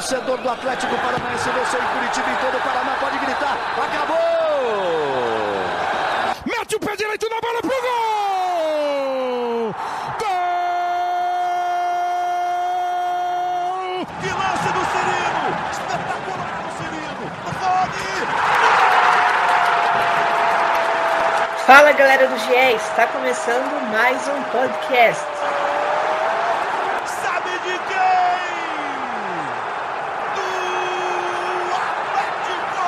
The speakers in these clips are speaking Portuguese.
torcedor do Atlético Paranaense venceu em Curitiba e todo o Paraná pode gritar. Acabou! Mete o pé direito na bola pro gol! Gol! Que lance do Cirino! Espetacular o Cirino! Pode! Fala, galera do GE, está começando mais um podcast. Sabe de quem? Do Atlético!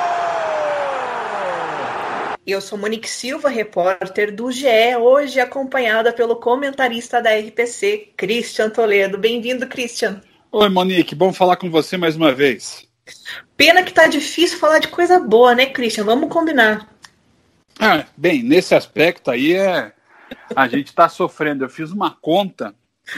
Eu sou Monique Silva, repórter do GE, hoje acompanhada pelo comentarista da RPC, Christian Toledo. Bem-vindo, Christian. Oi, Monique, bom falar com você mais uma vez. Pena que tá difícil falar de coisa boa, né, Christian? Vamos combinar. Bem, nesse aspecto aí a gente está sofrendo. Eu fiz uma conta,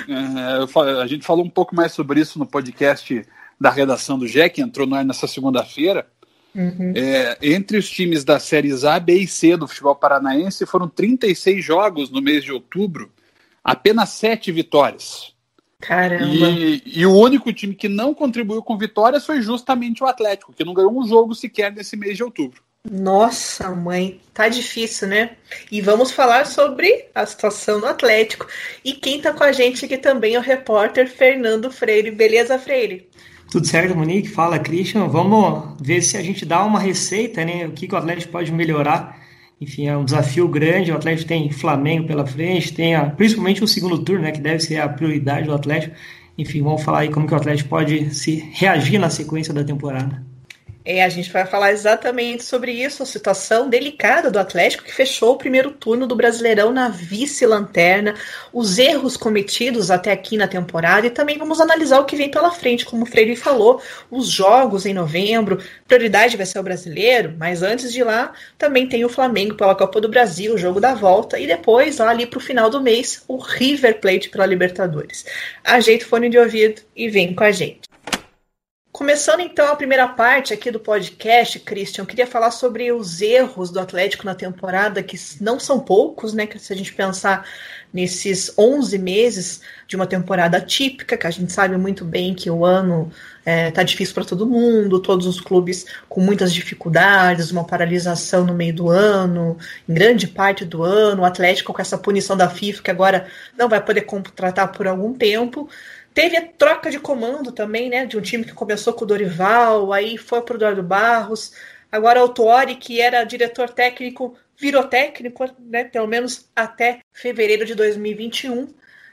a gente falou um pouco mais sobre isso no podcast da redação do GE, que entrou no ar nessa segunda-feira. Uhum. Entre os times das séries A, B e C do futebol paranaense, foram 36 jogos no mês de outubro, apenas 7 vitórias. Caramba! E o único time que não contribuiu com vitórias foi justamente o Atlético, que não ganhou um jogo sequer nesse mês de outubro. Nossa, mãe, tá difícil, né? E vamos falar sobre a situação do Atlético. E quem tá com a gente aqui também é o repórter Fernando Freire. Beleza, Freire? Tudo certo, Monique? Fala, Christian. Vamos ver se a gente dá uma receita, né? O que o Atlético pode melhorar. Enfim, é um desafio grande. O Atlético tem Flamengo pela frente, tem principalmente o segundo turno, né? Que deve ser a prioridade do Atlético. Enfim, vamos falar aí como que o Atlético pode se reagir na sequência da temporada. A gente vai falar exatamente sobre isso, a situação delicada do Atlético, que fechou o primeiro turno do Brasileirão na vice-lanterna, os erros cometidos até aqui na temporada, e também vamos analisar o que vem pela frente, como o Freire falou, os jogos em novembro, prioridade vai ser o Brasileiro, mas antes de lá, também tem o Flamengo pela Copa do Brasil, o jogo da volta, e depois, lá ali para o final do mês, o River Plate pela Libertadores. Ajeita o fone de ouvido e vem com a gente. Começando então a primeira parte aqui do podcast, Christian, eu queria falar sobre os erros do Atlético na temporada, que não são poucos, né? Que se a gente pensar nesses 11 meses de uma temporada atípica, que a gente sabe muito bem que o ano tá difícil para todo mundo, todos os clubes com muitas dificuldades, uma paralisação no meio do ano, em grande parte do ano, o Atlético com essa punição da FIFA, que agora não vai poder contratar por algum tempo. Teve a troca de comando também, né, de um time que começou com o Dorival, aí foi para o Eduardo Barros, agora o Tuori, que era diretor técnico, virou técnico, né, pelo menos até fevereiro de 2021.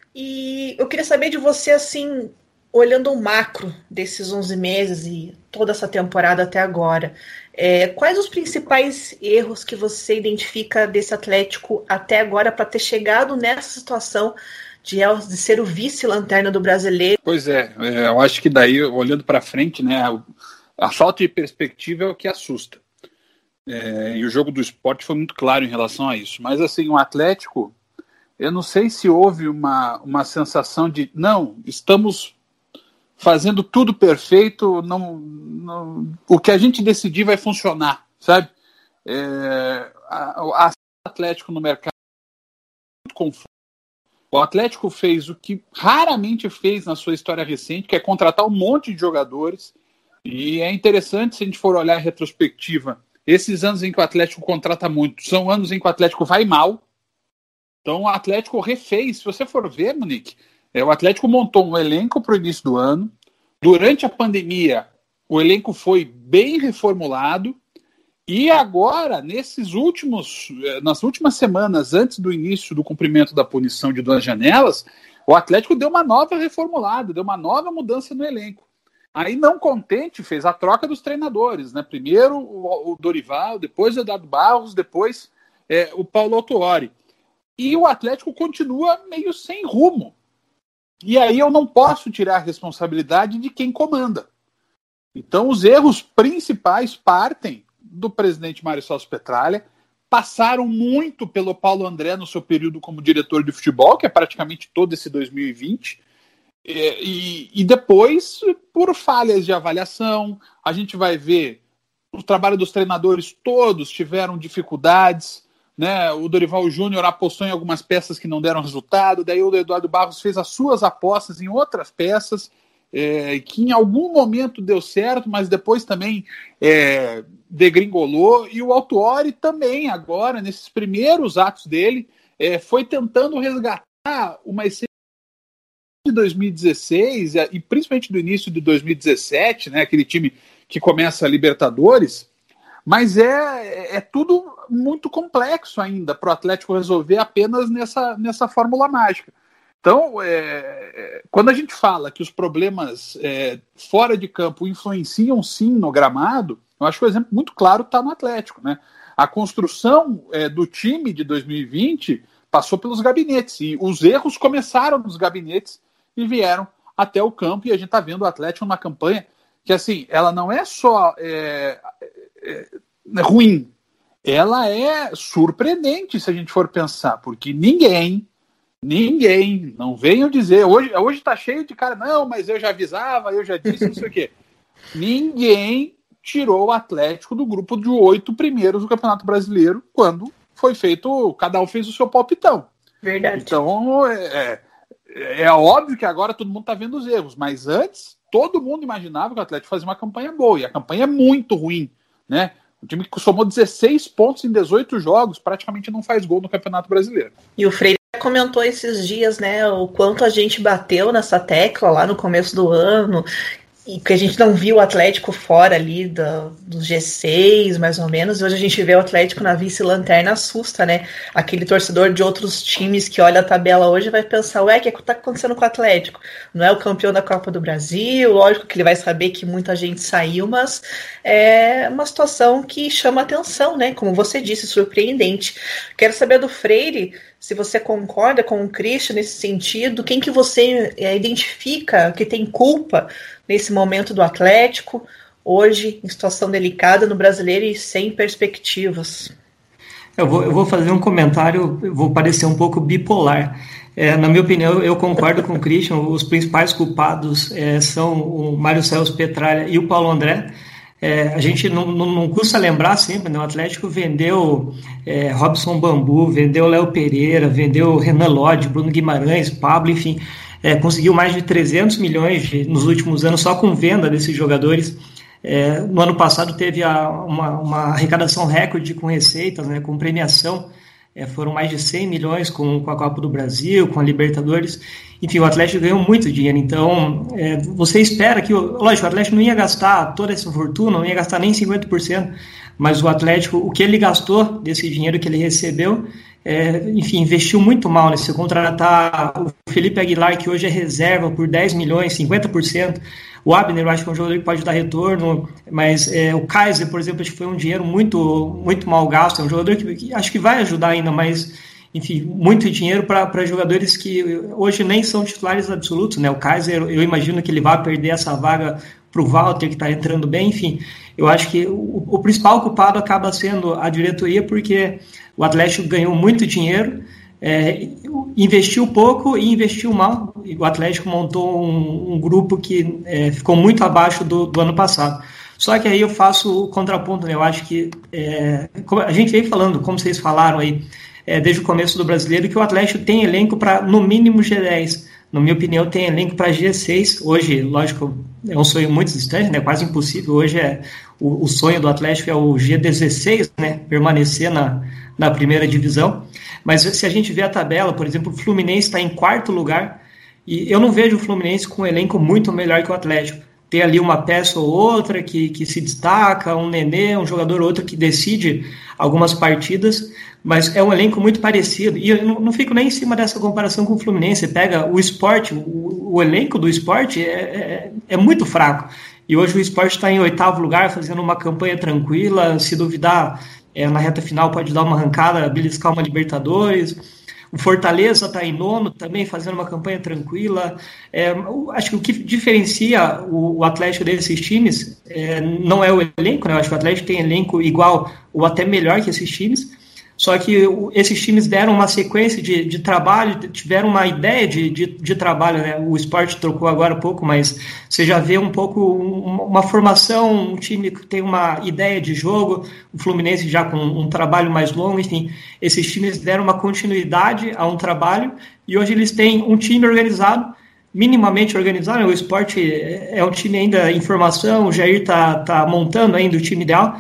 E eu queria saber de você, assim, olhando o macro desses 11 meses e toda essa temporada até agora, quais os principais erros que você identifica desse Atlético até agora para ter chegado nessa situação de ser o vice-lanterna do Brasileiro? Pois eu acho que daí, olhando para frente, né, a falta de perspectiva é o que assusta. E o jogo do Sport foi muito claro em relação a isso. Mas, assim, o Atlético, eu não sei se houve uma sensação de, não, estamos fazendo tudo perfeito, o que a gente decidir vai funcionar, sabe? A Atlético no mercado é muito confuso. O Atlético fez o que raramente fez na sua história recente, que é contratar um monte de jogadores. E é interessante, se a gente for olhar em retrospectiva, esses anos em que o Atlético contrata muito são anos em que o Atlético vai mal. Então o Atlético refez. Se você for ver, Monique, o Atlético montou um elenco para o início do ano. Durante a pandemia, o elenco foi bem reformulado. E agora, nas últimas semanas, antes do início do cumprimento da punição de 2 janelas, o Atlético deu uma nova reformulada, deu uma nova mudança no elenco. Aí, não contente, fez a troca dos treinadores, né? Primeiro o Dorival, depois o Eduardo Barros, depois o Paulo Tuori. E o Atlético continua meio sem rumo. E aí eu não posso tirar a responsabilidade de quem comanda. Então, os erros principais partem do presidente Mário Celso Petralha, passaram muito pelo Paulo André no seu período como diretor de futebol, que é praticamente todo esse 2020, e depois por falhas de avaliação. A gente vai ver o trabalho dos treinadores, todos tiveram dificuldades, né? O Dorival Júnior apostou em algumas peças que não deram resultado, daí o Eduardo Barros fez as suas apostas em outras peças, que em algum momento deu certo, mas depois também degringolou, e o Autuori também agora, nesses primeiros atos dele, foi tentando resgatar uma essência de 2016 e principalmente do início de 2017, né, aquele time que começa a Libertadores, mas é tudo muito complexo ainda para o Atlético resolver apenas nessa fórmula mágica. Então, quando a gente fala que os problemas fora de campo influenciam sim no gramado, eu acho que o exemplo muito claro está no Atlético, né? A construção do time de 2020 passou pelos gabinetes, e os erros começaram nos gabinetes e vieram até o campo, e a gente está vendo o Atlético numa campanha que, assim, ela não é só ruim, ela é surpreendente se a gente for pensar, porque ninguém, não venham dizer, hoje tá cheio de cara, não, mas eu já avisava, eu já disse, não sei o quê. Ninguém tirou o Atlético do grupo de 8 primeiros do Campeonato Brasileiro, quando foi feito, cada um fez o seu palpitão. Verdade. Então, é óbvio que agora todo mundo tá vendo os erros, mas antes, todo mundo imaginava que o Atlético fazia uma campanha boa, e a campanha é muito ruim, né? O time que somou 16 pontos em 18 jogos, praticamente não faz gol no Campeonato Brasileiro. E o Freire comentou esses dias, né, o quanto a gente bateu nessa tecla lá no começo do ano, e que a gente não viu o Atlético fora ali do G6, mais ou menos, e hoje a gente vê o Atlético na vice-lanterna, assusta, né? Aquele torcedor de outros times que olha a tabela hoje vai pensar, o que tá acontecendo com o Atlético? Não é o campeão da Copa do Brasil, lógico que ele vai saber que muita gente saiu, mas é uma situação que chama atenção, né? Como você disse, surpreendente. Quero saber do Freire, se você concorda com o Christian nesse sentido, quem que você identifica que tem culpa nesse momento do Atlético, hoje em situação delicada no Brasileiro e sem perspectivas? Eu vou fazer um comentário, vou parecer um pouco bipolar. Na minha opinião, eu concordo com o Christian, os principais culpados são o Mário Celso Petralha e o Paulo André. A gente não custa lembrar sempre, né? O Atlético vendeu Robson Bambu, vendeu Léo Pereira, vendeu Renan Lodge, Bruno Guimarães, Pablo, enfim, conseguiu mais de 300 milhões nos últimos anos só com venda desses jogadores. No ano passado teve uma arrecadação recorde com receitas, né, com premiação, foram mais de 100 milhões com a Copa do Brasil, com a Libertadores. Enfim, o Atlético ganhou muito dinheiro, então você espera que, lógico, o Atlético não ia gastar toda essa fortuna, não ia gastar nem 50%, mas o Atlético, o que ele gastou desse dinheiro que ele recebeu, enfim, investiu muito mal, né? Se contratar o Felipe Aguilar, que hoje é reserva, por 10 milhões, 50%, o Abner, eu acho que é um jogador que pode dar retorno, mas o Kaiser, por exemplo, acho que foi um dinheiro muito, muito mal gasto, é um jogador que acho que vai ajudar ainda, mas enfim, muito dinheiro para jogadores que hoje nem são titulares absolutos, né? O Kaiser, eu imagino que ele vai perder essa vaga para o Walter, que está entrando bem, enfim. Eu acho que o principal culpado acaba sendo a diretoria, porque o Atlético ganhou muito dinheiro, investiu pouco e investiu mal. O Atlético montou um grupo que ficou muito abaixo do ano passado. Só que aí eu faço o contraponto, né? Eu acho que a gente vem falando, como vocês falaram aí, desde o começo do Brasileiro, que o Atlético tem elenco para, no mínimo, G10. Na minha opinião, tem elenco para G6. Hoje, lógico, é um sonho muito distante, né? Quase impossível. Hoje o sonho do Atlético é o G16, né? Permanecer na primeira divisão. Mas se a gente vê a tabela, por exemplo, o Fluminense está em 4º lugar, e eu não vejo o Fluminense com um elenco muito melhor que o Atlético. Tem ali uma peça ou outra que se destaca, um Nenê, um jogador ou outro que decide algumas partidas, mas é um elenco muito parecido. E eu não fico nem em cima dessa comparação com o Fluminense. Você pega o Sport, o elenco do Sport é muito fraco. E hoje o Sport está em 8º lugar, fazendo uma campanha tranquila. Se duvidar, na reta final pode dar uma arrancada, beliscar uma Libertadores. O Fortaleza está em 9º também, fazendo uma campanha tranquila. Acho que o que diferencia o Atlético desses times não é o elenco, né? Eu acho que o Atlético tem elenco igual ou até melhor que esses times. Só que esses times deram uma sequência de trabalho, tiveram uma ideia de trabalho, né? O Sport trocou agora há pouco, mas você já vê um pouco uma formação, um time que tem uma ideia de jogo, o Fluminense já com um trabalho mais longo, enfim, esses times deram uma continuidade a um trabalho e hoje eles têm um time organizado minimamente organizado, né? O Sport é um time ainda em formação, o Jair tá montando ainda o time ideal.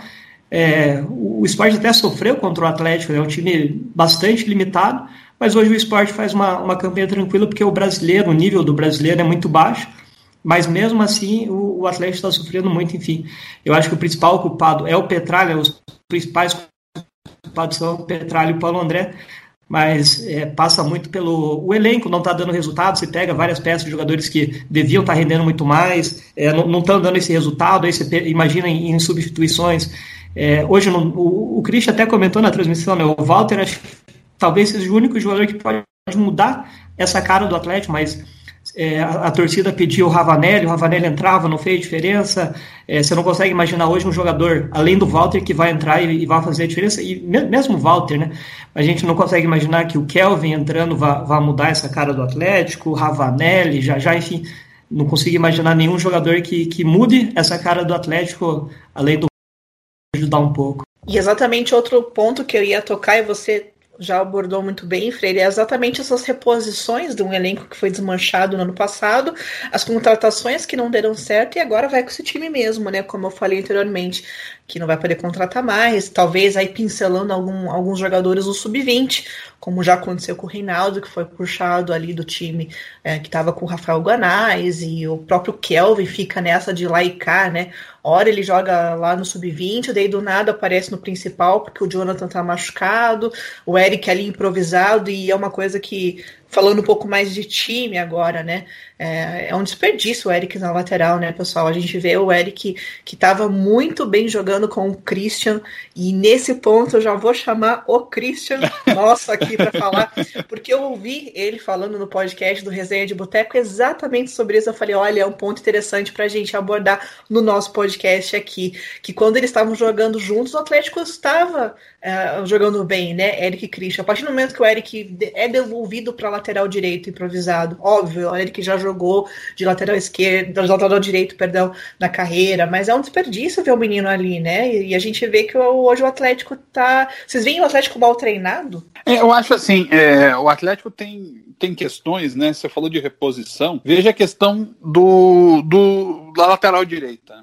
O Sport até sofreu contra o Atlético, é um time bastante limitado, mas hoje o Sport faz uma campanha tranquila, porque o nível do brasileiro é muito baixo, mas mesmo assim o Atlético está sofrendo muito. Enfim, eu acho que o principal culpado é o Petralha, os principais culpados são o Petralha e o Paulo André, mas passa muito o elenco não está dando resultado. Você pega várias peças de jogadores que deviam estar rendendo muito mais, não estão dando esse resultado. Aí você imagina em substituições. Hoje o Christian até comentou na transmissão, né? O Walter acho que talvez seja o único jogador que pode mudar essa cara do Atlético, mas a torcida pediu o Ravanelli entrava, não fez diferença. Você não consegue imaginar hoje um jogador, além do Walter, que vai entrar e vai fazer a diferença, e mesmo o Walter, né? A gente não consegue imaginar que o Kelvin entrando vai mudar essa cara do Atlético, o Ravanelli, já, enfim, não consigo imaginar nenhum jogador que mude essa cara do Atlético, além do ajudar um pouco. E exatamente outro ponto que eu ia tocar, e você já abordou muito bem, Freire, é exatamente essas reposições de um elenco que foi desmanchado no ano passado, as contratações que não deram certo, e agora vai com esse time mesmo, né? Como eu falei anteriormente, que não vai poder contratar mais, talvez aí pincelando alguns jogadores do sub-20, como já aconteceu com o Reinaldo, que foi puxado ali do time que estava com o Rafael Guanais, e o próprio Kelvin fica nessa de lá e cá, né? Ora ele joga lá no sub-20, daí do nada aparece no principal, porque o Jonathan tá machucado, o Eric ali improvisado, e é uma coisa que, falando um pouco mais de time agora, né? É um desperdício o Eric na lateral, né, pessoal? A gente vê o Eric que estava muito bem jogando com o Christian, e nesse ponto eu já vou chamar o Christian nosso aqui para falar, porque eu ouvi ele falando no podcast do Resenha de Boteco exatamente sobre isso. Eu falei, olha, é um ponto interessante para a gente abordar no nosso podcast aqui, que quando eles estavam jogando juntos, o Atlético estava jogando bem, né, Eric e Christian. A partir do momento que o Eric é devolvido para lateral direito improvisado, óbvio, o Eric já jogou de lateral esquerdo, de lateral direito, perdão, na carreira, mas é um desperdício ver o menino ali, né? E a gente vê que hoje o Atlético tá... Vocês veem o Atlético mal treinado? Eu acho assim, o Atlético tem questões, né? Você falou de reposição. Veja a questão da lateral direita.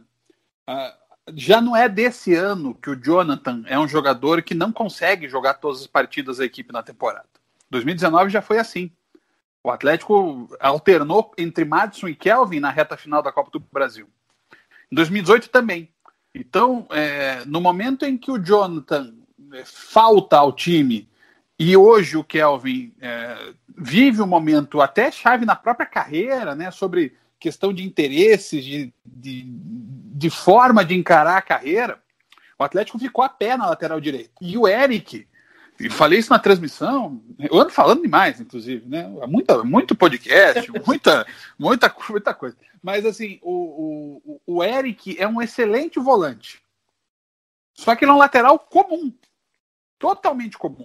Já não é desse ano que o Jonathan é um jogador que não consegue jogar todas as partidas da equipe na temporada. 2019 já foi assim. O Atlético alternou entre Madison e Kelvin na reta final da Copa do Brasil. Em 2018 também. Então, no momento em que o Jonathan falta ao time e hoje o Kelvin vive um momento até chave na própria carreira, né, sobre questão de interesses, de forma de encarar a carreira, o Atlético ficou a pé na lateral direita. E o Eric... E falei isso na transmissão, eu ando falando demais, inclusive, né? Muito podcast, muita coisa. Mas, assim, o Eric é um excelente volante. Só que ele é um lateral comum. Totalmente comum.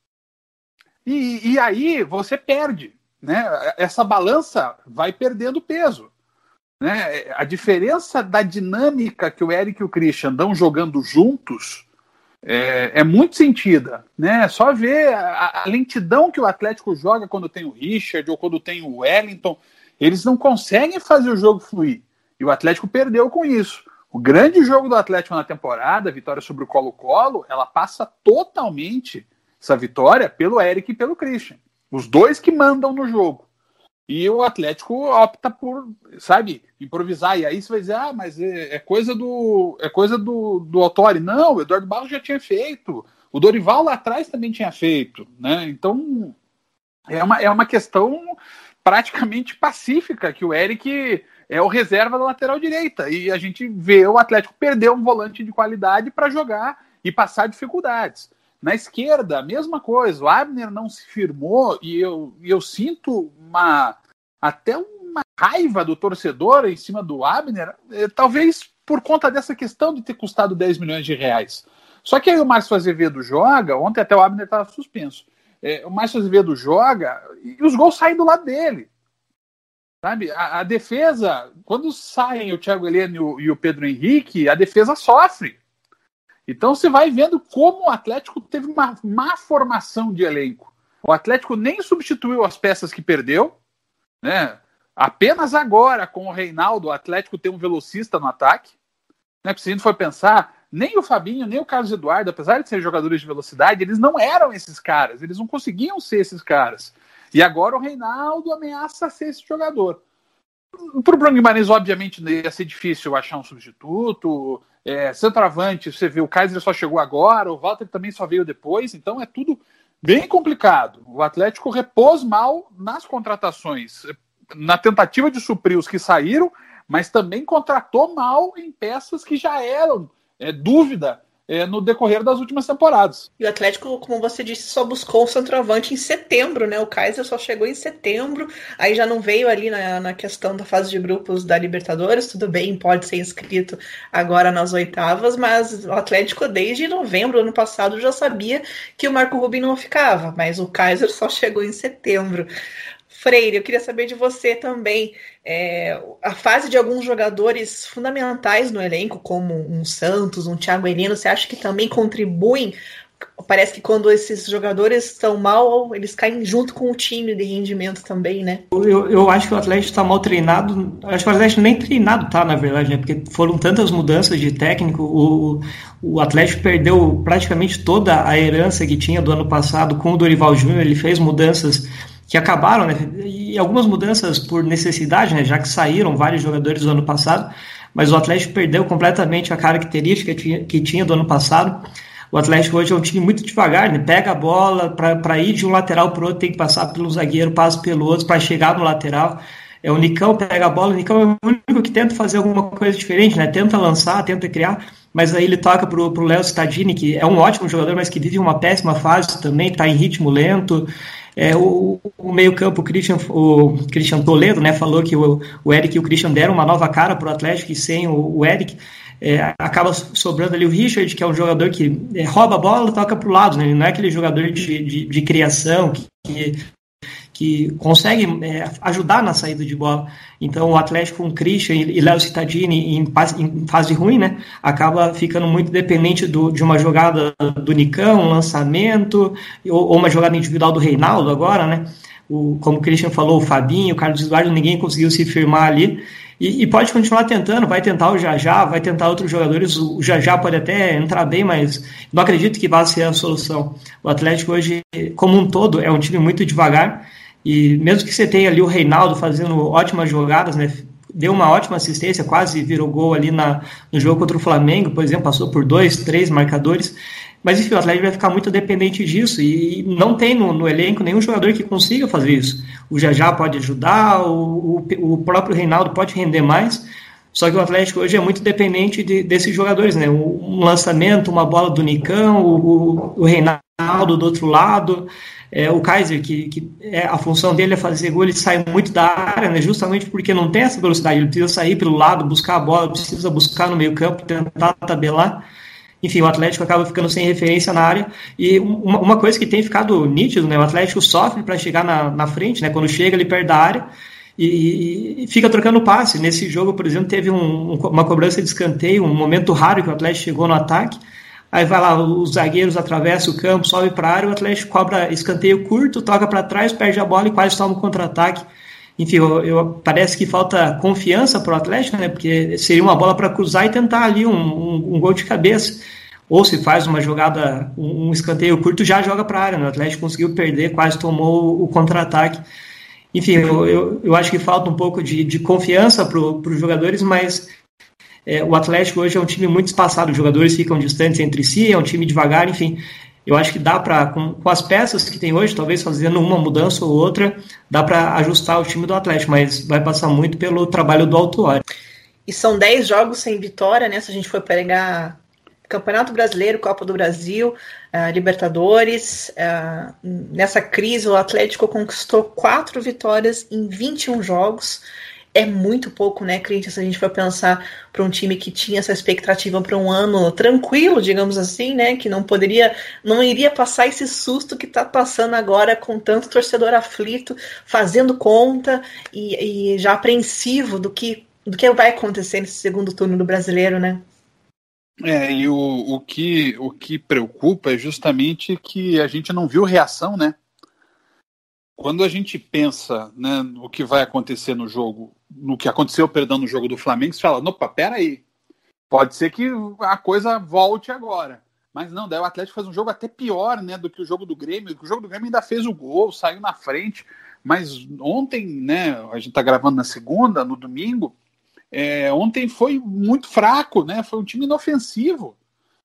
E aí você perde, né? Essa balança vai perdendo peso. Né? A diferença da dinâmica que o Eric e o Christian dão jogando juntos é muito sentida, né? Só ver a lentidão que o Atlético joga quando tem o Richard ou quando tem o Wellington. Eles não conseguem fazer o jogo fluir. E o Atlético perdeu com isso. O grande jogo do Atlético na temporada, a vitória sobre o Colo-Colo, ela passa totalmente, essa vitória, pelo Eric e pelo Christian. Os dois que mandam no jogo. E o Atlético opta por, sabe, improvisar. E aí você vai dizer, mas é coisa do Autori. Não, o Eduardo Barros já tinha feito. O Dorival lá atrás também tinha feito. Né? Então, é uma questão praticamente pacífica, que o Eric é o reserva da lateral direita. E a gente vê o Atlético perder um volante de qualidade para jogar e passar dificuldades. Na esquerda, a mesma coisa. O Abner não se firmou e eu sinto até uma raiva do torcedor em cima do Abner, talvez por conta dessa questão de ter custado 10 milhões de reais. Só que aí o Márcio Azevedo joga, ontem até o Abner estava suspenso. O Márcio Azevedo joga e os gols saem do lado dele. Sabe? A defesa, quando saem o Thiago Heleno e o Pedro Henrique, a defesa sofre. Então você vai vendo como o Atlético teve uma má formação de elenco. O Atlético nem substituiu as peças que perdeu, né? Apenas agora, com o Reinaldo, o Atlético tem um velocista no ataque. Né? Porque se a gente for pensar, nem o Fabinho, nem o Carlos Eduardo, apesar de serem jogadores de velocidade, eles não eram esses caras, eles não conseguiam ser esses caras. E agora o Reinaldo ameaça ser esse jogador. Para o Bruno Guimarães, obviamente, ia ser difícil achar um substituto. Centroavante, você vê, o Kaiser só chegou agora, o Walter também só veio depois, então é tudo bem complicado. O Atlético repôs mal nas contratações, na tentativa de suprir os que saíram, mas também contratou mal em peças que já eram dúvida no decorrer das últimas temporadas. E o Atlético, como você disse, só buscou o centroavante em setembro, né? O Kaiser só chegou em setembro, aí já não veio ali na questão da fase de grupos da Libertadores, tudo bem, pode ser inscrito agora nas oitavas, mas o Atlético desde novembro do ano passado já sabia que o Marco Rubio não ficava, mas o Kaiser só chegou em setembro. Freire, eu queria saber de você também, a fase de alguns jogadores fundamentais no elenco, como um Santos, um Thiago Heleno, você acha que também contribuem? Parece que quando esses jogadores estão mal, eles caem junto com o time de rendimento também, né? Eu acho que o Atlético está mal treinado, acho que o Atlético nem treinado tá, na verdade, né? Porque foram tantas mudanças de técnico, o Atlético perdeu praticamente toda a herança que tinha do ano passado com o Dorival Júnior, ele fez mudanças que acabaram, né? E algumas mudanças por necessidade, né? Já que saíram vários jogadores do ano passado, mas o Atlético perdeu completamente a característica que tinha do ano passado. O Atlético hoje é um time muito devagar, né? Pega a bola, para ir de um lateral para o outro, tem que passar pelo zagueiro, passa pelo outro para chegar no lateral. O Nicão pega a bola, o Nicão é o único que tenta fazer alguma coisa diferente, né? Tenta lançar, tenta criar, mas aí ele toca pro Léo Cittadini, que é um ótimo jogador, mas que vive uma péssima fase também, está em ritmo lento. O meio-campo, o Christian Toledo, né, falou que o Eric e o Christian deram uma nova cara para o Atlético, e sem o Eric acaba sobrando ali o Richard, que é um jogador que rouba a bola e toca para o lado, né? Ele não é aquele jogador de criação que consegue ajudar na saída de bola. Então o Atlético com Christian e Léo Cittadini em fase ruim, né, acaba ficando muito dependente de uma jogada do Nicão, um lançamento, ou uma jogada individual do Reinaldo agora, né? Como o Christian falou, o Fabinho, o Carlos Eduardo, ninguém conseguiu se firmar ali. E pode continuar tentando, vai tentar o Jajá, vai tentar outros jogadores, o Jajá pode até entrar bem, mas não acredito que vá ser a solução. O Atlético hoje, como um todo, é um time muito devagar, e mesmo que você tenha ali o Reinaldo fazendo ótimas jogadas, né, deu uma ótima assistência, quase virou gol ali no jogo contra o Flamengo, por exemplo, passou por 2, 3 marcadores, mas enfim, o Atlético vai ficar muito dependente disso, e não tem no elenco nenhum jogador que consiga fazer isso. O Jajá pode ajudar, o próprio Reinaldo pode render mais, só que o Atlético hoje é muito dependente desses jogadores, né? Um lançamento, uma bola do Nicão, o Reinaldo do outro lado, o Kaiser, que a função dele é fazer gol, ele sai muito da área, né? Justamente porque não tem essa velocidade, ele precisa sair pelo lado, buscar a bola, precisa buscar no meio campo, tentar tabelar. Enfim, o Atlético acaba ficando sem referência na área, e uma coisa que tem ficado nítido, né, o Atlético sofre para chegar na frente, né, quando chega ele perde a área e fica trocando passe. Nesse jogo, por exemplo, teve uma cobrança de escanteio, um momento raro que o Atlético chegou no ataque, aí vai lá, os zagueiros atravessam o campo, sobe para a área, o Atlético cobra escanteio curto, toca para trás, perde a bola e quase toma um contra-ataque. Enfim, parece que falta confiança para o Atlético, né? Porque seria uma bola para cruzar e tentar ali um gol de cabeça. Ou se faz uma jogada, um escanteio curto, já joga para a área, né? O Atlético conseguiu perder, quase tomou o contra-ataque. Enfim, eu acho que falta um pouco de confiança para os jogadores, mas o Atlético hoje é um time muito espaçado, os jogadores ficam distantes entre si, é um time devagar, enfim. Eu acho que dá para, com as peças que tem hoje, talvez fazendo uma mudança ou outra, dá para ajustar o time do Atlético, mas vai passar muito pelo trabalho do Autuori. E são 10 jogos sem vitória, né? Se a gente for pegar Campeonato Brasileiro, Copa do Brasil, Libertadores, nessa crise o Atlético conquistou 4 vitórias em 21 jogos. É muito pouco, né, Corinthians, se a gente for pensar para um time que tinha essa expectativa para um ano tranquilo, digamos assim, né, que não iria passar esse susto que está passando agora com tanto torcedor aflito, fazendo conta e já apreensivo do que vai acontecer nesse segundo turno do Brasileiro, né? E o que preocupa é justamente que a gente não viu reação, né? quando a gente pensa, né, no que vai acontecer no jogo, no que aconteceu, perdão, no jogo do Flamengo, você fala, opa, peraí, pode ser que a coisa volte agora. Mas não, daí o Atlético faz um jogo até pior, né, do que o jogo do Grêmio. O jogo do Grêmio ainda fez o gol, saiu na frente. Mas ontem, né, a gente tá gravando na segunda, no domingo, ontem foi muito fraco, né, foi um time inofensivo.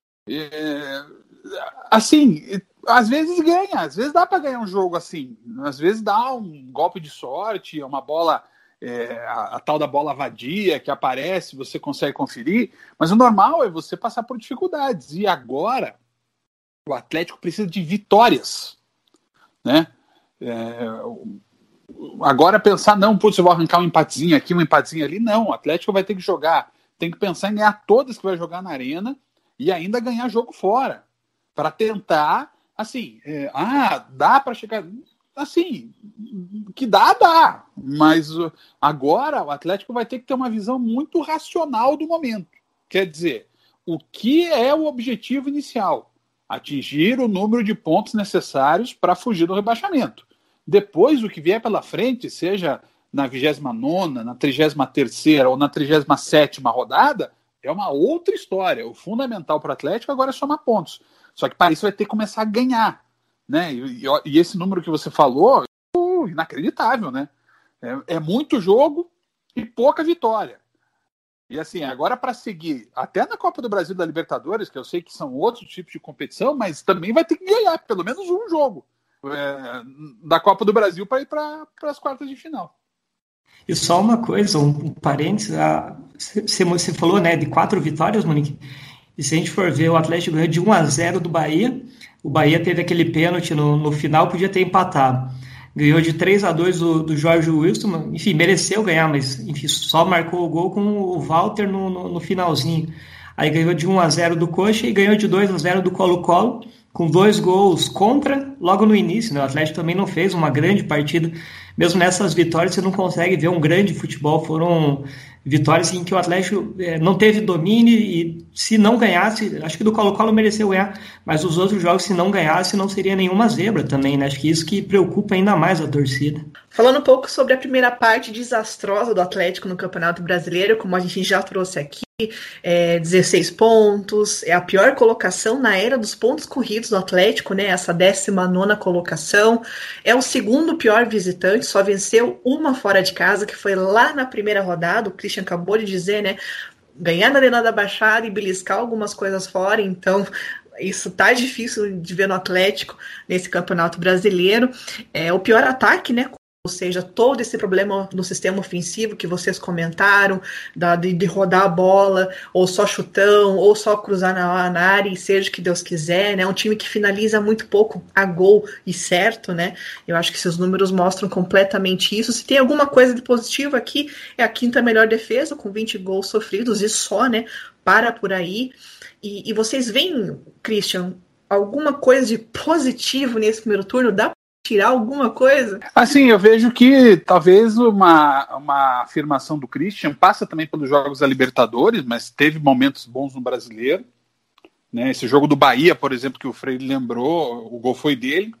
Assim, às vezes ganha, às vezes dá para ganhar um jogo assim, às vezes dá um golpe de sorte, uma bola, a tal da bola vadia que aparece, você consegue conferir, mas o normal é você passar por dificuldades, e agora o Atlético precisa de vitórias, né? Agora pensar, não, putz, eu vou arrancar um empatezinho aqui, um empatezinho ali, não, o Atlético vai ter que jogar, tem que pensar em ganhar todas que vai jogar na arena e ainda ganhar jogo fora, para tentar, assim, dá para chegar, assim, que dá, mas agora o Atlético vai ter que ter uma visão muito racional do momento, quer dizer, o que é o objetivo inicial? Atingir o número de pontos necessários para fugir do rebaixamento. Depois, o que vier pela frente, seja na 29ª, na 33ª ou na 37ª rodada, é uma outra história. O fundamental para o Atlético agora é somar pontos. Só que para isso vai ter que começar a ganhar, né? E esse número que você falou, inacreditável, né? É muito jogo e pouca vitória. E assim, agora para seguir, até na Copa do Brasil da Libertadores, que eu sei que são outros tipos de competição, mas também vai ter que ganhar pelo menos um jogo da Copa do Brasil para ir para as quartas de final. E só uma coisa, um parênteses, você falou, né, de 4 vitórias, Monique, e se a gente for ver, o Atlético ganhou de 1-0 do Bahia, o Bahia teve aquele pênalti no final, podia ter empatado, ganhou de 3-2 do Jorge Wilson, enfim, mereceu ganhar, mas enfim, só marcou o gol com o Walter no finalzinho, aí ganhou de 1-0 do Coxa e ganhou de 2-0 do Colo-Colo, com 2 gols contra logo no início, né? O Atlético também não fez uma grande partida. Mesmo nessas vitórias você não consegue ver um grande futebol. Foram vitórias em que o Atlético não teve domínio e se não ganhasse, acho que do Colo-Colo mereceu ganhar, mas os outros jogos, se não ganhasse, não seria nenhuma zebra também, né? Acho que isso que preocupa ainda mais a torcida. Falando um pouco sobre a primeira parte desastrosa do Atlético no Campeonato Brasileiro, como a gente já trouxe aqui, 16 pontos, é a pior colocação na era dos pontos corridos do Atlético, né? Essa 19ª colocação, é o segundo pior visitante, só venceu uma fora de casa, que foi lá na primeira rodada, o Christian acabou de dizer, né? Ganhar na Arena da Baixada e beliscar algumas coisas fora, então isso tá difícil de ver no Atlético nesse Campeonato Brasileiro. O pior ataque, né? Ou seja, todo esse problema no sistema ofensivo que vocês comentaram, de rodar a bola, ou só chutão, ou só cruzar na área, e seja o que Deus quiser, né? Um time que finaliza muito pouco a gol e certo, né? Eu acho que esses números mostram completamente isso. Se tem alguma coisa de positivo aqui, é a 5ª melhor defesa, com 20 gols sofridos, e só, né? Para por aí. E vocês veem, Christian, alguma coisa de positivo nesse primeiro turno? Dá tirar alguma coisa? Assim, eu vejo que talvez uma afirmação do Christian passa também pelos jogos da Libertadores, mas teve momentos bons no Brasileiro, né? Esse jogo do Bahia, por exemplo, que o Freire lembrou, o gol foi dele.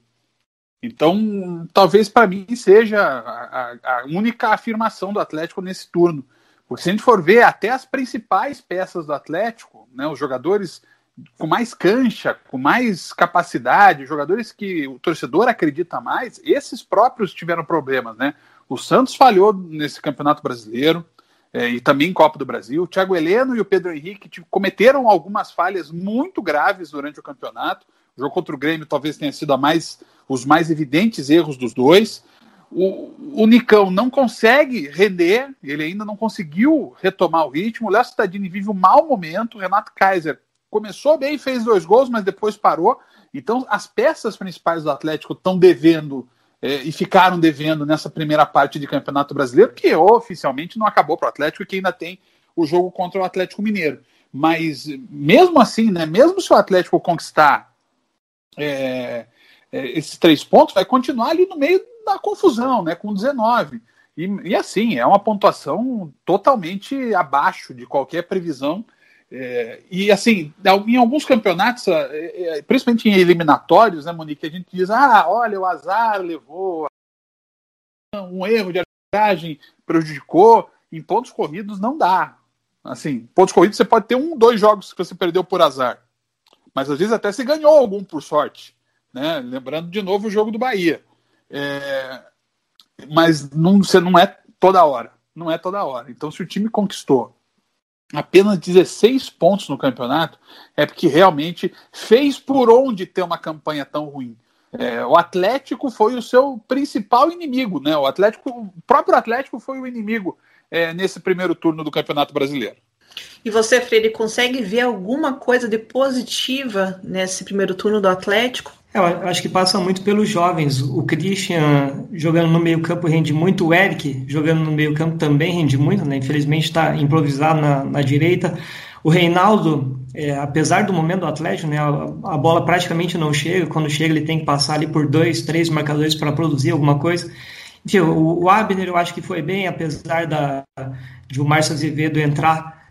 Então, talvez para mim seja a única afirmação do Atlético nesse turno. Porque se a gente for ver até as principais peças do Atlético, né, os jogadores com mais cancha, com mais capacidade, jogadores que o torcedor acredita mais, esses próprios tiveram problemas, né? O Santos falhou nesse Campeonato Brasileiro e também em Copa do Brasil. O Thiago Heleno e o Pedro Henrique cometeram algumas falhas muito graves durante o campeonato. O jogo contra o Grêmio talvez tenha sido os mais evidentes erros dos dois. O Nicão não consegue render, ele ainda não conseguiu retomar o ritmo. O Léo Cittadini vive um mau momento. O Renato Kaiser começou bem, fez 2 gols, mas depois parou. Então, as peças principais do Atlético estão devendo e ficaram devendo nessa primeira parte de Campeonato Brasileiro, que oficialmente não acabou para o Atlético e que ainda tem o jogo contra o Atlético Mineiro. Mas, mesmo assim, né, mesmo se o Atlético conquistar esses 3 pontos, vai continuar ali no meio da confusão, né, com 19. E assim, é uma pontuação totalmente abaixo de qualquer previsão. E assim, em alguns campeonatos, principalmente em eliminatórios, né, Monique, a gente diz, olha, o azar levou um erro de arbitragem prejudicou. Em pontos corridos não dá. Assim, pontos corridos você pode ter 2 jogos que você perdeu por azar. Mas às vezes até você ganhou algum por sorte. Né? Lembrando de novo o jogo do Bahia. Mas você não é toda hora. Não é toda hora. Então, se o time conquistou apenas 16 pontos no campeonato, é porque realmente fez por onde ter uma campanha tão ruim. O Atlético foi o seu principal inimigo, né? O próprio Atlético foi o inimigo nesse primeiro turno do Campeonato Brasileiro. E você, Freire, consegue ver alguma coisa de positiva nesse primeiro turno do Atlético? Eu acho que passa muito pelos jovens. O Christian jogando no meio-campo rende muito, o Eric jogando no meio-campo também rende muito, né? Infelizmente está improvisado na direita. O Reinaldo, apesar do momento do Atlético, né, a bola praticamente não chega. Quando chega, ele tem que passar ali por 2, 3 marcadores para produzir alguma coisa. Enfim, o Abner eu acho que foi bem, apesar de o Márcio Azevedo entrar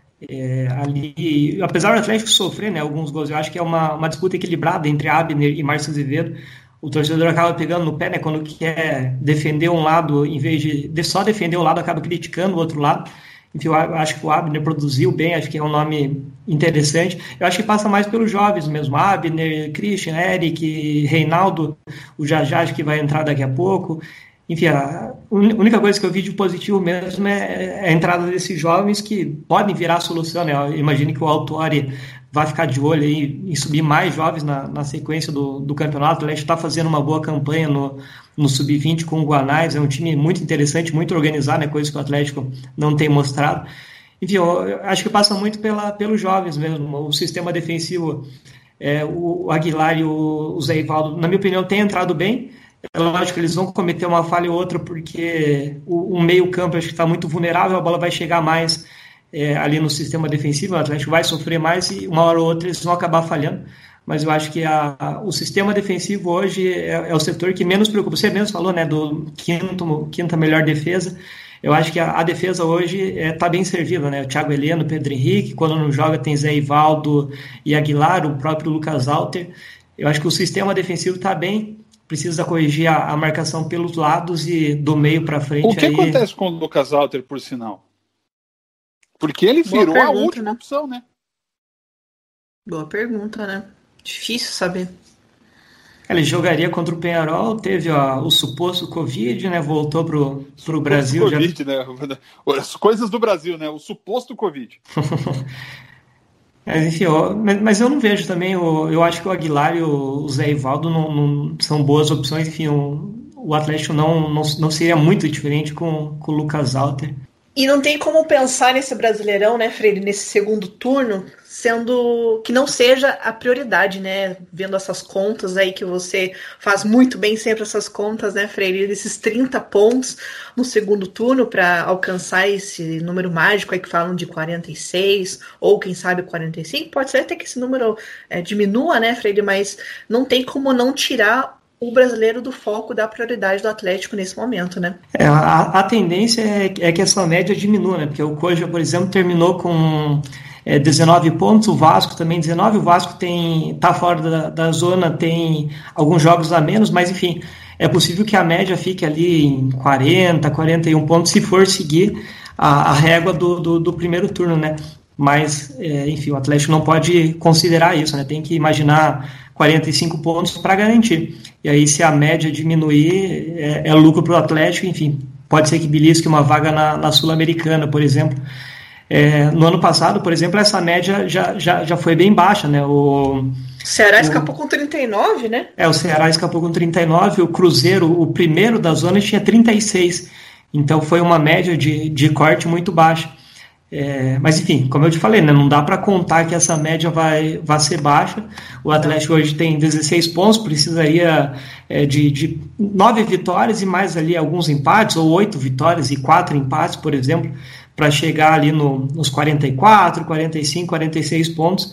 ali, apesar do Atlético sofrer, né, alguns gols. Eu acho que é uma disputa equilibrada entre Abner e Márcio Azevedo. O torcedor acaba pegando no pé, né, quando quer defender um lado, em vez de só defender um lado, acaba criticando o outro lado. Enfim, eu acho que o Abner produziu bem, acho que é um nome interessante. Eu acho que passa mais pelos jovens mesmo, Abner, Christian, Eric, Reinaldo, o Jajá, acho que vai entrar daqui a pouco. Enfim, a única coisa que eu vi de positivo mesmo é a entrada desses jovens que podem virar a solução, né? Eu imagino que o Autori vai ficar de olho aí em subir mais jovens na sequência do campeonato. O Atlético está fazendo uma boa campanha no Sub-20 com o Guanais, é um time muito interessante, muito organizado, né? Coisa que o Atlético não tem mostrado. Enfim, eu acho que passa muito pelos jovens mesmo. O sistema defensivo, o Aguilar e o Zé Ivaldo, na minha opinião, tem entrado bem. É lógico que eles vão cometer uma falha ou outra, porque o meio-campo acho que está muito vulnerável, a bola vai chegar mais ali no sistema defensivo, o Atlético vai sofrer mais e uma hora ou outra eles vão acabar falhando. Mas eu acho que o sistema defensivo hoje é o setor que menos preocupa. Você mesmo falou, né, do quinta melhor defesa. Eu acho que a defesa hoje está bem servida, né? O Thiago Heleno, o Pedro Henrique, quando não joga tem Zé Ivaldo e Aguilar, o próprio Lucas Alter. Eu acho que o sistema defensivo está bem. Precisa corrigir a marcação pelos lados e do meio para frente. O que acontece com o Lucas Alter, por sinal? Porque ele virou a última opção, né? Boa pergunta, né? Difícil saber. Ele jogaria contra o Peñarol, teve o suposto Covid, né? Voltou pro Brasil. Covid, né? As coisas do Brasil, né? O suposto Covid. Enfim, mas eu não vejo também, eu acho que o Aguilar e o Zé Ivaldo não são boas opções. Enfim, o Atlético não seria muito diferente com o Lucas Alter. E não tem como pensar nesse Brasileirão, né, Freire, nesse segundo turno, sendo que não seja a prioridade, né? Vendo essas contas aí que você faz muito bem sempre essas contas, né, Freire? Desses 30 pontos no segundo turno para alcançar esse número mágico aí que falam de 46, ou quem sabe 45. Pode ser até que esse número diminua, né, Freire? Mas não tem como não tirar o brasileiro do foco da prioridade do Atlético nesse momento, né? A tendência é que essa média diminua, né? Porque o Coxa, por exemplo, terminou com 19 pontos, o Vasco também 19, o Vasco tá fora da zona, tem alguns jogos a menos, mas enfim, é possível que a média fique ali em 40, 41 pontos, se for seguir a régua do primeiro turno, né? Mas, enfim, o Atlético não pode considerar isso, né? Tem que imaginar 45 pontos para garantir. E aí, se a média diminuir, é lucro para o Atlético, enfim, pode ser que belisque uma vaga na Sul-Americana, por exemplo. No ano passado, por exemplo, essa média já foi bem baixa, né? O Ceará escapou com 39, né? O Ceará escapou com 39, o Cruzeiro, o primeiro da zona, tinha 36. Então, foi uma média de corte muito baixa. Mas enfim, como eu te falei, né, não dá para contar que essa média vai ser baixa. O Atlético hoje tem 16 pontos, precisaria de 9 vitórias e mais ali alguns empates, ou 8 vitórias e 4 empates, por exemplo, para chegar ali nos 44, 45, 46 pontos.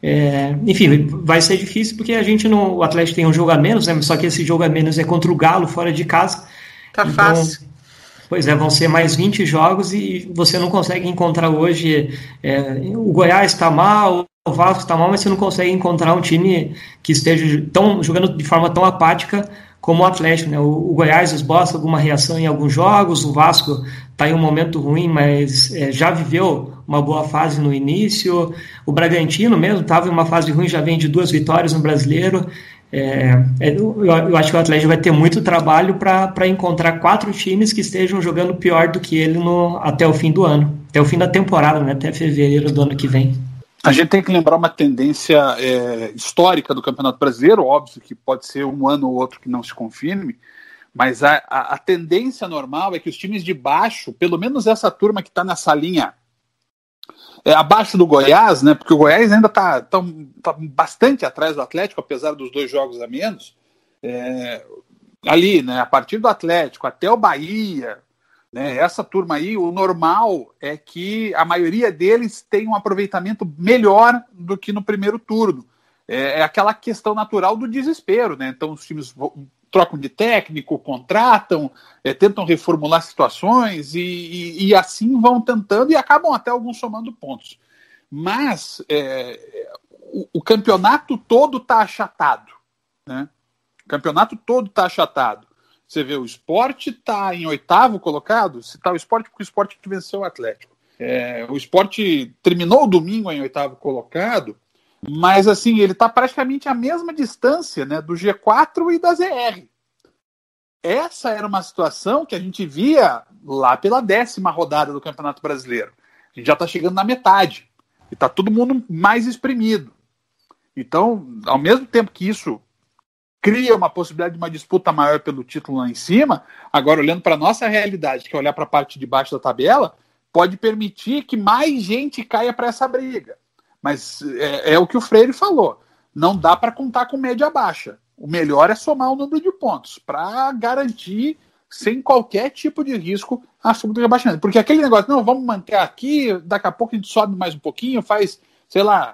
Enfim, vai ser difícil porque o Atlético tem um jogo a menos, né, só que esse jogo a menos é contra o Galo, fora de casa. Tá então, fácil. Pois vão ser mais 20 jogos e você não consegue encontrar hoje. O Goiás está mal, o Vasco está mal, mas você não consegue encontrar um time que esteja jogando de forma tão apática como o Atlético, né? O Goiás esboça alguma reação em alguns jogos, o Vasco está em um momento ruim, mas já viveu uma boa fase no início, o Bragantino mesmo estava em uma fase ruim, já vem de 2 vitórias no Brasileiro. Eu acho que o Atlético vai ter muito trabalho para encontrar 4 times que estejam jogando pior do que ele até o fim do ano, até o fim da temporada, né? Até fevereiro do ano que vem. A gente tem que lembrar uma tendência histórica do Campeonato Brasileiro, óbvio que pode ser um ano ou outro que não se confirme, mas a tendência normal é que os times de baixo, pelo menos essa turma que está nessa linha abaixo do Goiás, né, porque o Goiás ainda está bastante atrás do Atlético, apesar dos 2 jogos a menos, ali, né, a partir do Atlético até o Bahia, né, essa turma aí, o normal é que a maioria deles tem um aproveitamento melhor do que no primeiro turno. É aquela questão natural do desespero, né? Então os times trocam de técnico, contratam, tentam reformular situações e assim vão tentando e acabam até alguns somando pontos. Mas o campeonato todo está achatado, né? O campeonato todo está achatado. Você vê, o Sport está em 8º colocado, se está o Sport, porque o Sport venceu o Atlético. O Sport terminou o domingo em 8º colocado, mas assim, ele está praticamente à mesma distância, né, do G4 e da ZR. Essa era uma situação que a gente via lá pela 10ª rodada do Campeonato Brasileiro. A gente já está chegando na metade e está todo mundo mais espremido. Então, ao mesmo tempo que isso cria uma possibilidade de uma disputa maior pelo título lá em cima, agora olhando para a nossa realidade, que é olhar para a parte de baixo da tabela, pode permitir que mais gente caia para essa briga. Mas é o que o Freire falou, não dá para contar com média baixa. O melhor é somar o número de pontos, para garantir, sem qualquer tipo de risco, a fuga do rebaixamento. Porque aquele negócio, não, vamos manter aqui, daqui a pouco a gente sobe mais um pouquinho, faz, sei lá,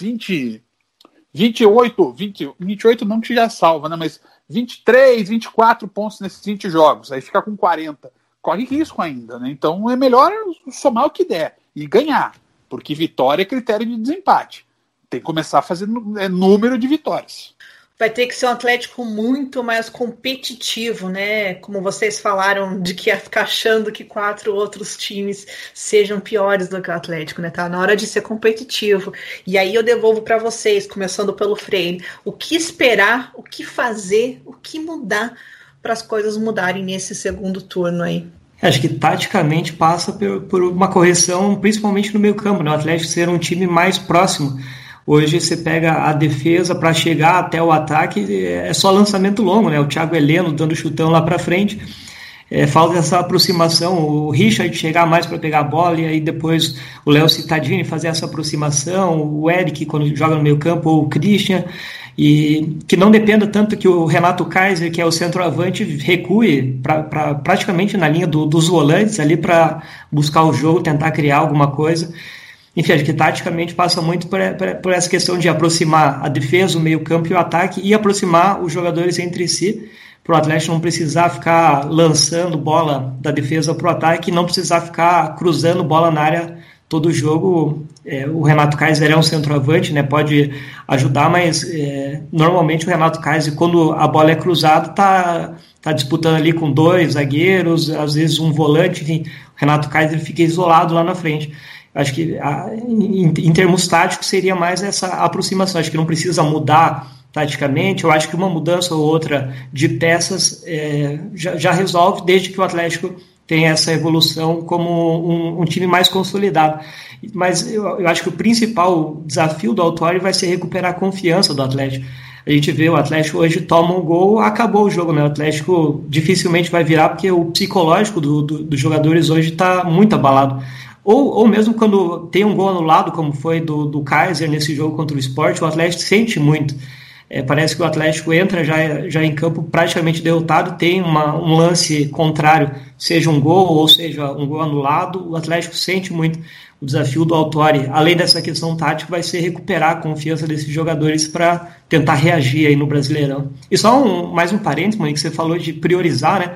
28 não que já salva, né? Mas 23, 24 pontos nesses 20 jogos, aí fica com 40. Corre risco ainda, né? Então é melhor somar o que der e ganhar, porque vitória é critério de desempate. Tem que começar a fazer número de vitórias. Vai ter que ser um Atlético muito mais competitivo, né? Como vocês falaram, de que ia ficar achando que 4 outros times sejam piores do que o Atlético, né? Tá na hora de ser competitivo. E aí eu devolvo para vocês, começando pelo Freire. O que esperar, o que fazer, o que mudar para as coisas mudarem nesse segundo turno aí? Acho que taticamente passa por uma correção, principalmente no meio campo, né? O Atlético ser um time mais próximo. Hoje você pega a defesa para chegar até o ataque, é só lançamento longo, né? O Thiago Heleno dando chutão lá para frente. Falta essa aproximação, o Richard chegar mais para pegar a bola, e aí depois o Léo Cittadini fazer essa aproximação, o Eric quando joga no meio campo, ou o Christian, e que não dependa tanto que o Renato Kaiser, que é o centroavante, recue praticamente na linha dos volantes ali para buscar o jogo, tentar criar alguma coisa. Enfim, acho que taticamente passa muito por essa questão de aproximar a defesa, o meio-campo e o ataque, e aproximar os jogadores entre si, para o Atlético não precisar ficar lançando bola da defesa para o ataque, e não precisar ficar cruzando bola na área todo o jogo. O Renato Kaiser é um centroavante, né, pode ajudar, mas normalmente o Renato Kaiser, quando a bola é cruzada, tá disputando ali com 2 zagueiros, às vezes um volante, enfim, o Renato Kaiser fica isolado lá na frente. Acho que em termos táticos seria mais essa aproximação, acho que não precisa mudar taticamente, eu acho que uma mudança ou outra de peças já resolve, desde que o Atlético tenha essa evolução como um time mais consolidado. Mas eu acho que o principal desafio do Autuori vai ser recuperar a confiança do Atlético. A gente vê o Atlético hoje toma um gol, acabou o jogo, né? O Atlético dificilmente vai virar, porque o psicológico dos jogadores hoje está muito abalado. Ou mesmo quando tem um gol anulado, como foi do Kaiser nesse jogo contra o Sport, o Atlético sente muito. Parece que o Atlético entra já em campo praticamente derrotado, tem um lance contrário, seja um gol ou seja um gol anulado, o Atlético sente muito. O desafio do Autuori, além dessa questão tática, vai ser recuperar a confiança desses jogadores para tentar reagir aí no Brasileirão. E só mais um parênteses, Mãe, que você falou de priorizar, né?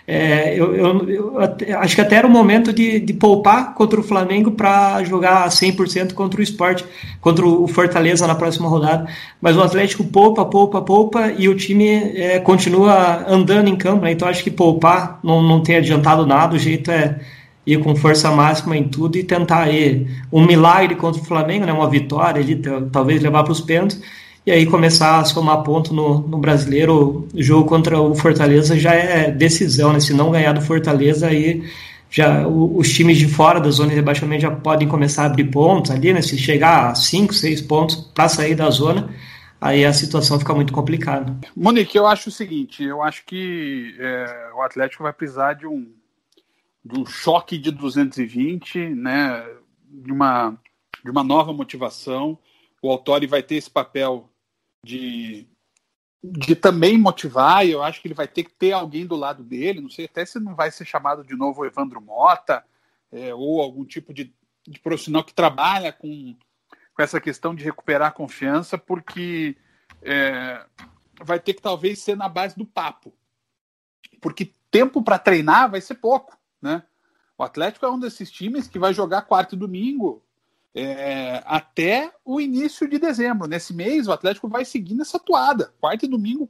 Eu acho que até era o momento de poupar contra o Flamengo para jogar 100% contra o Sport, contra o Fortaleza na próxima rodada. Mas o Atlético poupa e o time continua andando em campo, né? Então acho que poupar não tem adiantado nada. O jeito é ir com força máxima em tudo e tentar ir um milagre contra o Flamengo, né? Uma vitória ali, talvez levar para os pênaltis. E aí começar a somar ponto no Brasileiro. O jogo contra o Fortaleza já é decisão, né? Se não ganhar do Fortaleza, aí já os times de fora da zona de rebaixamento já podem começar a abrir pontos ali, né? Se chegar a 5, 6 pontos para sair da zona, aí a situação fica muito complicada. Monique, eu acho o seguinte, eu acho que o Atlético vai precisar de um choque de 220, né? De uma nova motivação. O Autori vai ter esse papel de também motivar, e eu acho que ele vai ter que ter alguém do lado dele, não sei até se não vai ser chamado de novo o Evandro Mota, ou algum tipo de profissional que trabalha com essa questão de recuperar a confiança, porque vai ter que talvez ser na base do papo, porque tempo para treinar vai ser pouco, né? O Atlético é um desses times que vai jogar quarta e domingo até o início de dezembro. Nesse mês o Atlético vai seguir nessa toada, quarta e domingo,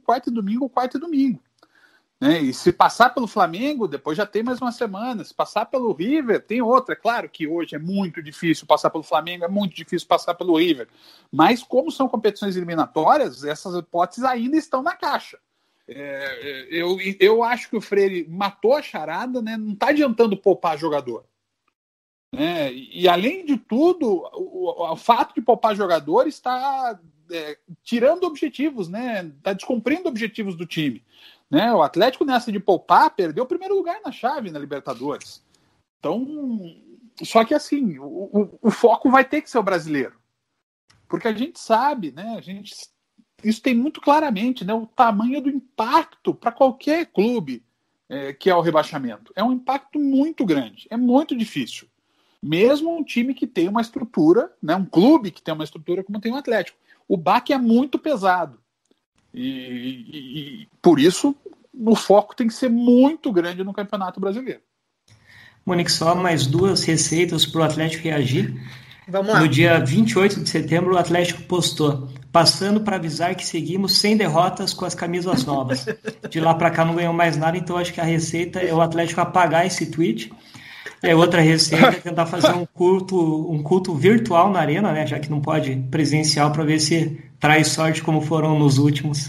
né? E se passar pelo Flamengo, depois já tem mais uma semana. Se passar pelo River, tem outra. É claro que hoje é muito difícil passar pelo Flamengo, é muito difícil passar pelo River, mas como são competições eliminatórias, essas hipóteses ainda estão na caixa. Eu acho que o Freire matou a charada, né? Não está adiantando poupar jogador. E além de tudo, o fato de poupar jogadores está tirando objetivos, né? Está descumprindo objetivos do time, né? O Atlético, nessa de poupar, perdeu o primeiro lugar na chave na Libertadores. Então, só que assim, o foco vai ter que ser o brasileiro, porque a gente sabe, né? Isso tem muito claramente, né? O tamanho do impacto para qualquer clube que é o rebaixamento. É um impacto muito grande, é muito difícil. Mesmo um time que tem uma estrutura, né, um clube que tem uma estrutura como tem o Atlético. O baque é muito pesado. E por isso o foco tem que ser muito grande no Campeonato Brasileiro. Monique, só mais 2 receitas para o Atlético reagir. Vamos lá. No dia 28 de setembro, o Atlético postou: passando para avisar que seguimos sem derrotas com as camisas novas. De lá para cá não ganhou mais nada, então acho que a receita é o Atlético apagar esse tweet. Outra receita é tentar fazer um culto virtual na arena, né? Já que não pode presencial, para ver se traz sorte como foram nos últimos.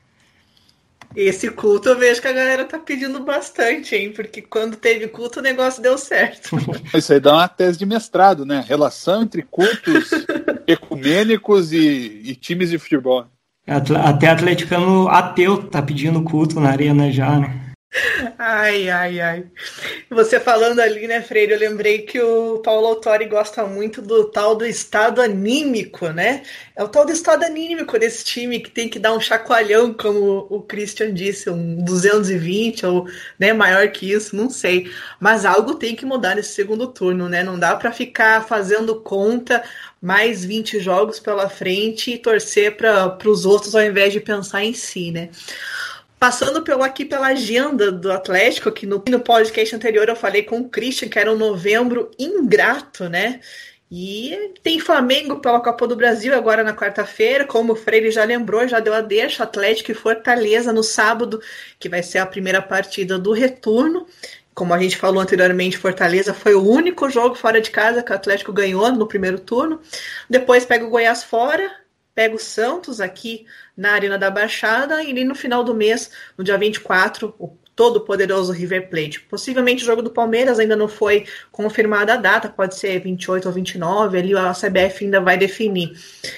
Esse culto eu vejo que a galera tá pedindo bastante, hein? Porque quando teve culto o negócio deu certo. Isso aí dá uma tese de mestrado, né? Relação entre cultos ecumênicos e times de futebol. Até atleticano ateu tá pedindo culto na arena já, né? Ai. Você falando ali, né, Freire, eu lembrei que o Paulo Autori gosta muito do tal do estado anímico, né? É o tal do estado anímico desse time que tem que dar um chacoalhão, como o Christian disse, um 220 ou, né, maior que isso, não sei. Mas algo tem que mudar nesse segundo turno, né? Não dá para ficar fazendo conta, mais 20 jogos pela frente e torcer para os outros ao invés de pensar em si, né? Passando pela agenda do Atlético, que no podcast anterior eu falei com o Christian, que era um novembro ingrato, né? E tem Flamengo pela Copa do Brasil agora na quarta-feira, como o Freire já lembrou, já deu a deixa, Atlético e Fortaleza no sábado, que vai ser a primeira partida do retorno. Como a gente falou anteriormente, Fortaleza foi o único jogo fora de casa que o Atlético ganhou no primeiro turno. Depois pega o Goiás fora, pega o Santos aqui na Arena da Baixada e ali no final do mês, no dia 24, o todo poderoso River Plate. Possivelmente o jogo do Palmeiras ainda não foi confirmada a data, pode ser 28 ou 29, ali a CBF ainda vai definir.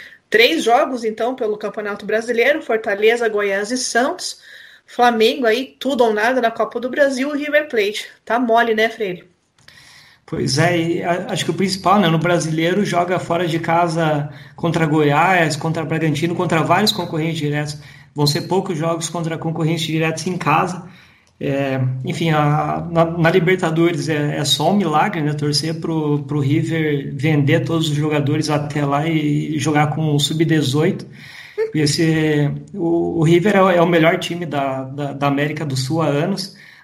3 jogos, então, pelo Campeonato Brasileiro, Fortaleza, Goiás e Santos. Flamengo aí, tudo ou nada na Copa do Brasil, e River Plate. Tá mole, né, Freire? Pois é, e acho que o principal, né, no Brasileiro joga fora de casa contra Goiás, contra Bragantino, contra vários concorrentes diretos. Vão ser poucos jogos contra concorrentes diretos em casa. Enfim, na Libertadores é só um milagre, né, torcer pro River vender todos os jogadores até lá e jogar com o Sub-18. O River é o melhor time da América do Sul há anos.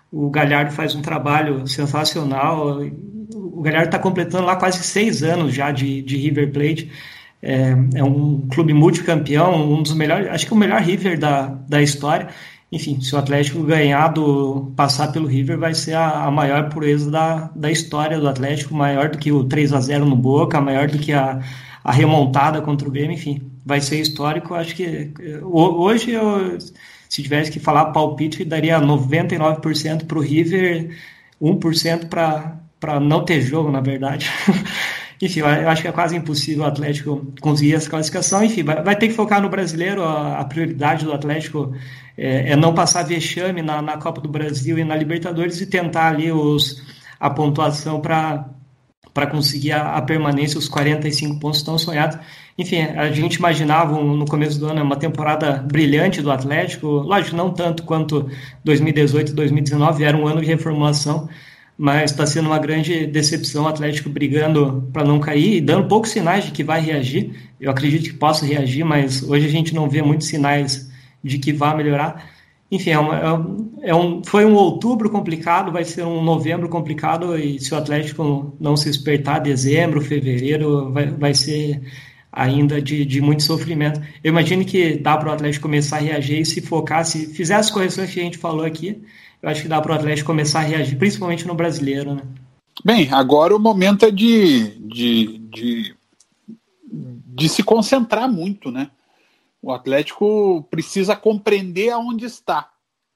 O Galhardo faz um trabalho sensacional. O Galhardo está completando lá quase 6 anos já de River Plate. É um clube multicampeão, um dos melhores, acho que o melhor River da história. Enfim, se o Atlético ganhar passar pelo River, vai ser a maior proeza da história do Atlético, maior do que o 3-0 no Boca, maior do que a remontada contra o Grêmio, enfim, vai ser histórico. Acho que hoje, se tivesse que falar palpite, daria 99% para o River, 1% para não ter jogo, na verdade. Enfim, eu acho que é quase impossível o Atlético conseguir essa classificação. Enfim, vai ter que focar no brasileiro. A prioridade do Atlético é não passar vexame na Copa do Brasil e na Libertadores e tentar ali a pontuação para conseguir a permanência, os 45 pontos tão sonhados. Enfim, a gente imaginava no começo do ano uma temporada brilhante do Atlético. Lógico, não tanto quanto 2018 e 2019, era um ano de reformulação, mas está sendo uma grande decepção o Atlético brigando para não cair e dando poucos sinais de que vai reagir. Eu acredito que possa reagir, mas hoje a gente não vê muitos sinais de que vai melhorar. Enfim, foi um outubro complicado, vai ser um novembro complicado, e se o Atlético não se despertar, dezembro, fevereiro, vai ser ainda de muito sofrimento. Eu imagino que dá para o Atlético começar a reagir e se focar, se fizer as correções que a gente falou aqui, eu acho que dá para o Atlético começar a reagir, principalmente no brasileiro, né? Bem, agora o momento é de se concentrar muito, né? O Atlético precisa compreender aonde está.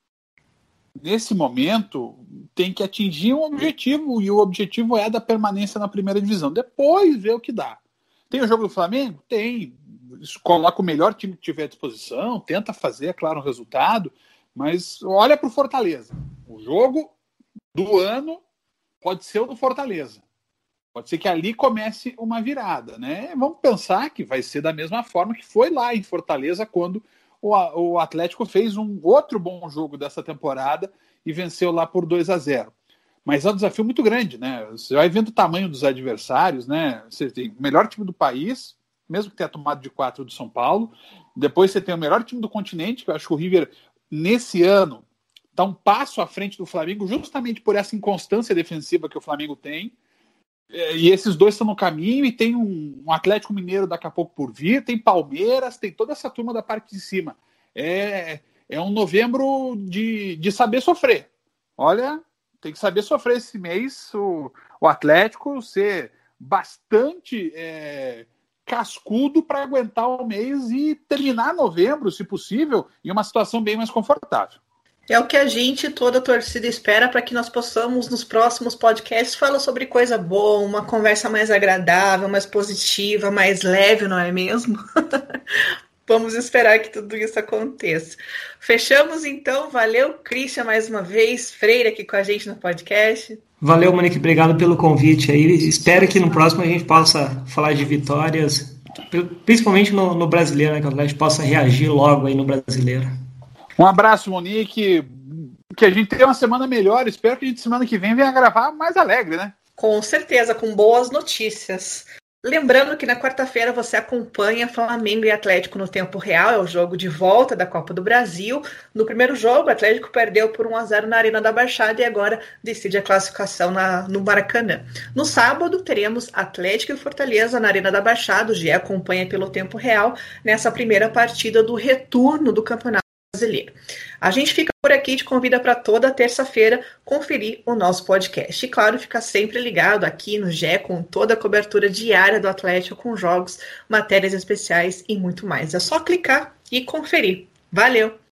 Nesse momento, tem que atingir um objetivo, e o objetivo é a da permanência na primeira divisão. Depois, ver o que dá. Tem o jogo do Flamengo? Tem. Coloca o melhor time que tiver à disposição, tenta fazer, é claro, um resultado, mas olha para o Fortaleza. O jogo do ano pode ser o do Fortaleza. Pode ser que ali comece uma virada, né? Vamos pensar que vai ser da mesma forma que foi lá em Fortaleza, quando o Atlético fez um outro bom jogo dessa temporada e venceu lá por 2-0. Mas é um desafio muito grande, né? Você vai vendo o tamanho dos adversários, né? Você tem o melhor time do país, mesmo que tenha tomado de 4 do São Paulo. Depois você tem o melhor time do continente, que eu acho que o River, nesse ano, está um passo à frente do Flamengo, justamente por essa inconstância defensiva que o Flamengo tem. E esses dois estão no caminho, e tem um Atlético Mineiro daqui a pouco por vir, tem Palmeiras, tem toda essa turma da parte de cima. É um novembro de saber sofrer. Olha, tem que saber sofrer esse mês, o Atlético ser bastante cascudo para aguentar o mês e terminar novembro, se possível, em uma situação bem mais confortável. É o que a gente, toda a torcida, espera para que nós possamos, nos próximos podcasts, falar sobre coisa boa, uma conversa mais agradável, mais positiva, mais leve, não é mesmo? Vamos esperar que tudo isso aconteça. Fechamos, então. Valeu, Christian, mais uma vez. Freire aqui com a gente no podcast. Valeu, Monique. Obrigado pelo convite aí. Espero que no próximo a gente possa falar de vitórias, principalmente no brasileiro, né, que o Atlético possa reagir logo aí no brasileiro. Um abraço, Monique. Que a gente tenha uma semana melhor. Espero que a gente semana que vem venha gravar mais alegre, né? Com certeza, com boas notícias. Lembrando que na quarta-feira você acompanha Flamengo e Atlético no tempo real, é o jogo de volta da Copa do Brasil. No primeiro jogo, o Atlético perdeu por 1-0 na Arena da Baixada e agora decide a classificação no Maracanã. No sábado, teremos Atlético e Fortaleza na Arena da Baixada. O GE acompanha pelo tempo real nessa primeira partida do retorno do Campeonato Brasileiro. A gente fica por aqui, te convida para toda terça-feira conferir o nosso podcast. E claro, fica sempre ligado aqui no GE com toda a cobertura diária do Atlético, com jogos, matérias especiais e muito mais. É só clicar e conferir. Valeu!